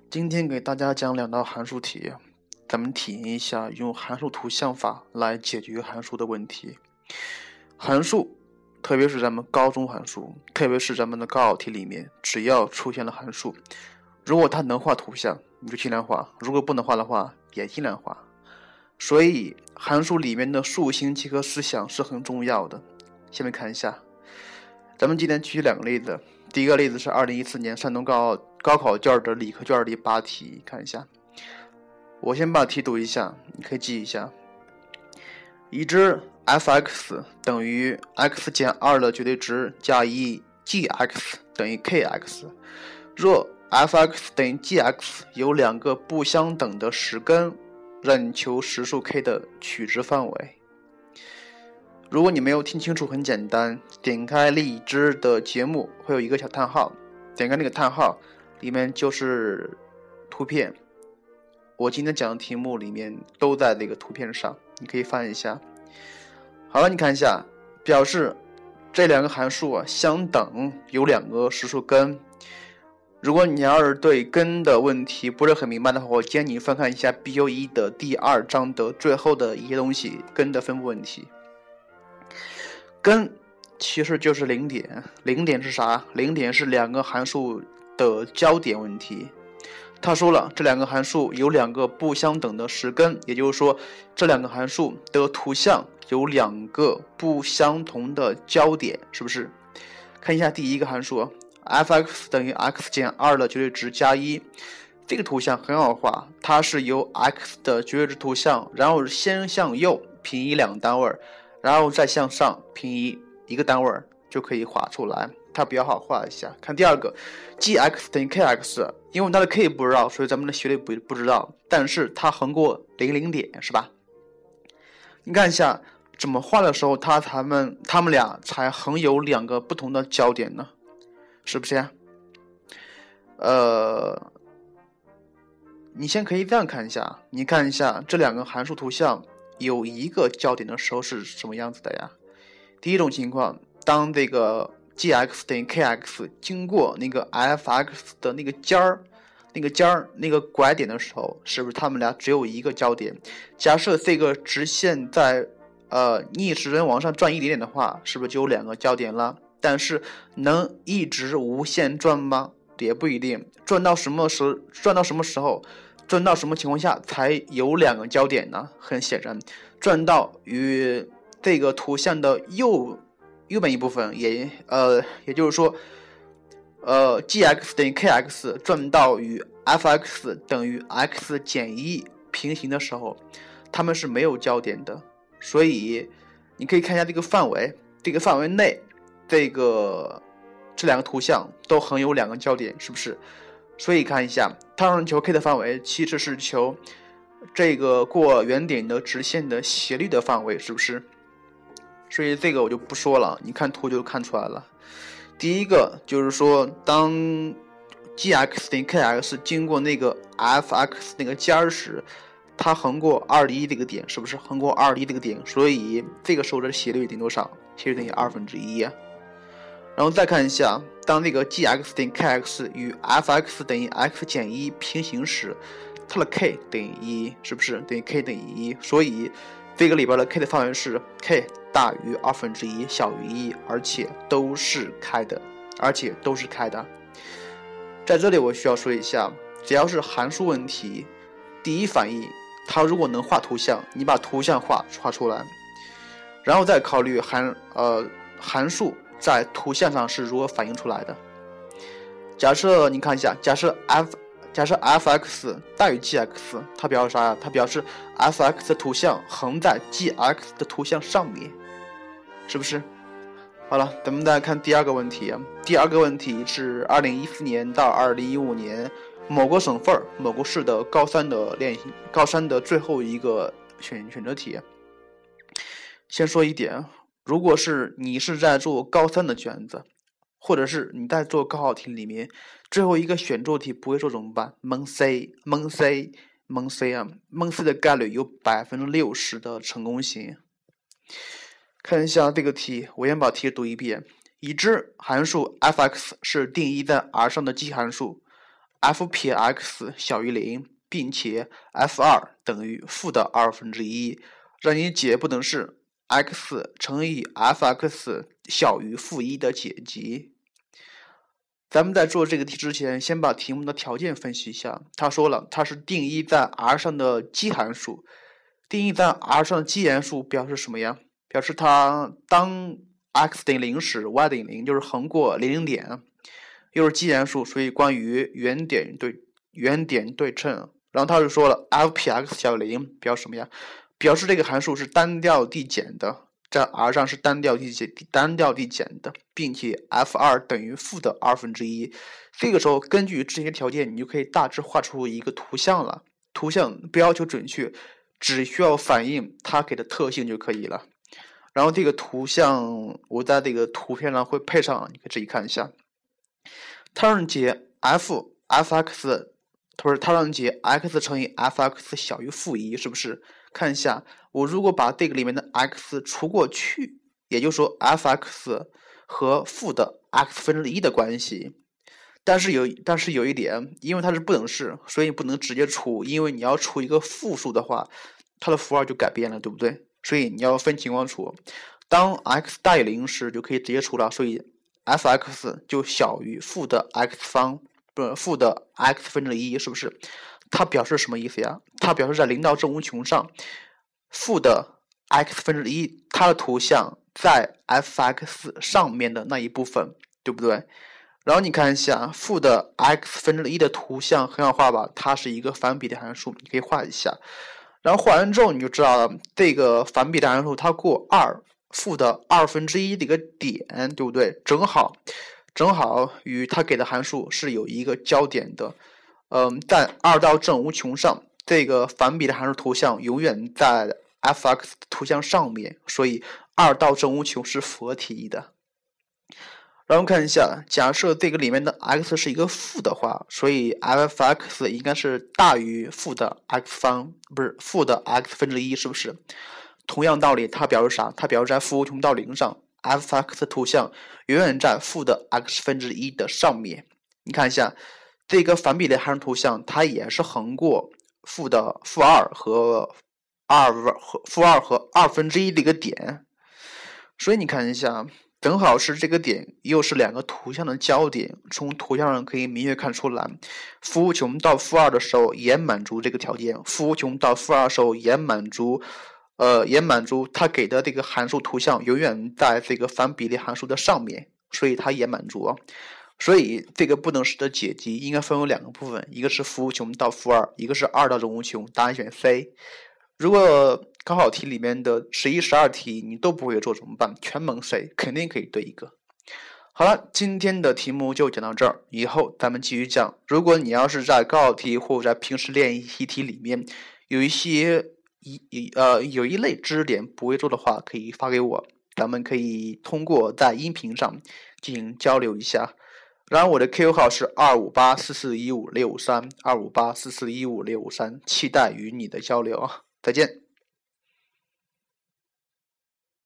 今天给大家讲两道函数题，咱们体验一下用函数图像法来解决函数的问题。函数，特别是咱们高中函数，特别是咱们的高考题里面，只要出现了函数，如果它能画图像，你就尽量画；如果不能画的话，也尽量画。所以函数里面的数形结合思想是很重要的。下面看一下，咱们今天举两个例子。第一个例子是2014年山东高考卷的理科卷第8题，看一下。我先把题读一下，你可以记一下。已知 f(x) 等于 x 减2的绝对值加1 gx 等于 kx。若 f(x) 等于 gx 有两个不相等的实根，任求实数 k 的取值范围。如果你没有听清楚，很简单，点开荔枝的节目会有一个小叹号，点开那个叹号里面就是图片，我今天讲的题目里面都在那个图片上，你可以翻一下。好了，你看一下，表示这两个函数相等，有两个实数根。如果你要是对根的问题不是很明白的话，我建议你翻看一下 BU1 的第2章的最后的一些东西，根的分布问题。根其实就是零点，零点是啥？零点是两个函数的交点问题。他说了，这两个函数有两个不相等的实根，也就是说，这两个函数的图像有两个不相同的交点，是不是？看一下第一个函数 f(x) 等于 x 减2的绝对值加1，这个图像很好画，它是由 x 的绝对值图像，然后先向右平移2个单位，然后再向上平移1个单位就可以画出来，它比较好画一下。看第二个 gx 等于 kx， 因为它的 k 不知道，所以咱们的学历不知道，但是它横过00点，是吧？你看一下怎么画的时候，他们俩才横有两个不同的交点呢，是不是呀？你先可以这样看一下，你看一下这两个函数图像有一个交点的时候是什么样子的呀？第一种情况，当这个 gx 等于 kx 经过那个 f(x) 的那个尖儿那个拐点的时候，是不是他们俩只有一个交点？假设这个直线在逆时针往上转一点点的话，是不是就有两个交点了？但是能一直无限转吗？也不一定。转到什么时候？转到什么情况下才有两个交点呢？很显然，转到与这个图像的右边一部分，也就是说gx 等于 kx 转到与 f(x) 等于 x 减1平行的时候，它们是没有交点的。所以你可以看一下这个范围，这个范围内这两个图像都横有两个交点，是不是？所以看一下，它让求 k 的范围其实是求这个过原点的直线的斜率的范围，是不是？所以这个我就不说了，你看图就看出来了。第一个就是说，当 gx 等于 kx 经过那个 f(x) 那个尖时，它横过2:1这个点，是不是？横过2:1这个点，所以这个时候的斜率等于多少？斜率等于1/2。然后再看一下，当这个 gx 等于 kx 与 f(x) 等于 x 减1平行时，它的 k 等于1，是不是？等于 k 等于1，所以这个里边的 k 的范围是 k 大于1/2，小于1，而且都是开的。在这里我需要说一下，只要是函数问题，第一反应，它如果能画图像，你把图像画出来，然后再考虑函数在图像上是如何反映出来的。假设你看一下，假设 f(x) 大于 gx， 它表示啥呀？它表示 f(x) 的图像横在 gx 的图像上面，是不是？好了，咱们再看第二个问题。第二个问题是2014年到2015年某个省份某个市的高三的最后一个选择题。先说一点，如果是你是在做高三的卷子，或者是你在做高考题里面最后一个选做题不会做怎么办？蒙 C 的概率有60%的成功性。看一下这个题，我先把题读一遍。已知函数 f(x) 是定义在 R 上的奇函数， f(x) 小于0，并且 f2 等于负的1/2，让你解不等式 x 乘以 f(x) 小于负1的解集。咱们在做这个题之前，先把题目的条件分析一下。他说了，它是定义在 R 上的奇函数。定义在 R 上的奇函数表示什么呀？表示它当 x 等于0时 ，y 等于0，就是横过00点，又是奇函数，所以关于原点对称。然后他就说了 f(x) 小于0，表示什么呀？表示这个函数是单调递减的，在 R 上是单调递减的，并且 f2 等于负的1/2。这个时候根据这些条件，你就可以大致画出一个图像了。图像不要求准确，只需要反映它给的特性就可以了。然后这个图像我在这个图片上会配上，你可以自己看一下。它让解 f(x) 它让解 x 乘以 f(x) 小于负1，是不是？看一下，我如果把这个里面的 x 除过去，也就是说 f(x) 和负的 x1/1的关系。但是有一点，因为它是不等式，所以不能直接除，因为你要除一个负数的话，它的符号就改变了，对不对？所以你要分情况除。当 x 大于0时，就可以直接除了，所以 f(x) 就小于负的 x 方，不是负的 x1/1，是不是？它表示什么意思呀？它表示在0到正无穷上，负的 x1/1，它的图像在 f(x) 上面的那一部分，对不对？然后你看一下负的 x1/1的图像很好画吧？它是一个反比例函数，你可以画一下。然后画完之后你就知道了，这个反比例函数它过负的1/2的一个点，对不对？正好与它给的函数是有一个交点的。在2到正无穷上，这个反比例函数图像永远在 f(x) 图像上面，所以2到正无穷是符合题意的。然后看一下，假设这个里面的 x 是一个负的话，所以 f(x) 应该是大于负的 x 方，不是负的 x1/1，是不是？同样道理，它表示啥？它表示在负无穷到0上 f(x) 的图像永远在负的 x1/1的上面。你看一下这个反比例函数图像，它也是横过负2和1/2的一个点，所以你看一下。正好是这个点，又是两个图像的交点。从图像上可以明确看出来，负无穷到负2的时候也满足这个条件，负无穷到负2的时候也满足它给的这个函数图像永远在这个反比例函数的上面，所以它也满足。所以这个不等式的解集应该分为2个部分，一个是负无穷到负2，一个是2到正无穷。答案选 C。如果高考题里面的11、12题你都不会做怎么办？全蒙 C， 肯定可以对一个。好了，今天的题目就讲到这儿，以后咱们继续讲。如果你要是在高考题或者在平时练习题里面有一类知识点不会做的话，可以发给我，咱们可以通过在音频上进行交流一下。然后我的 QQ 号是258441563，258441563，期待与你的交流。再见。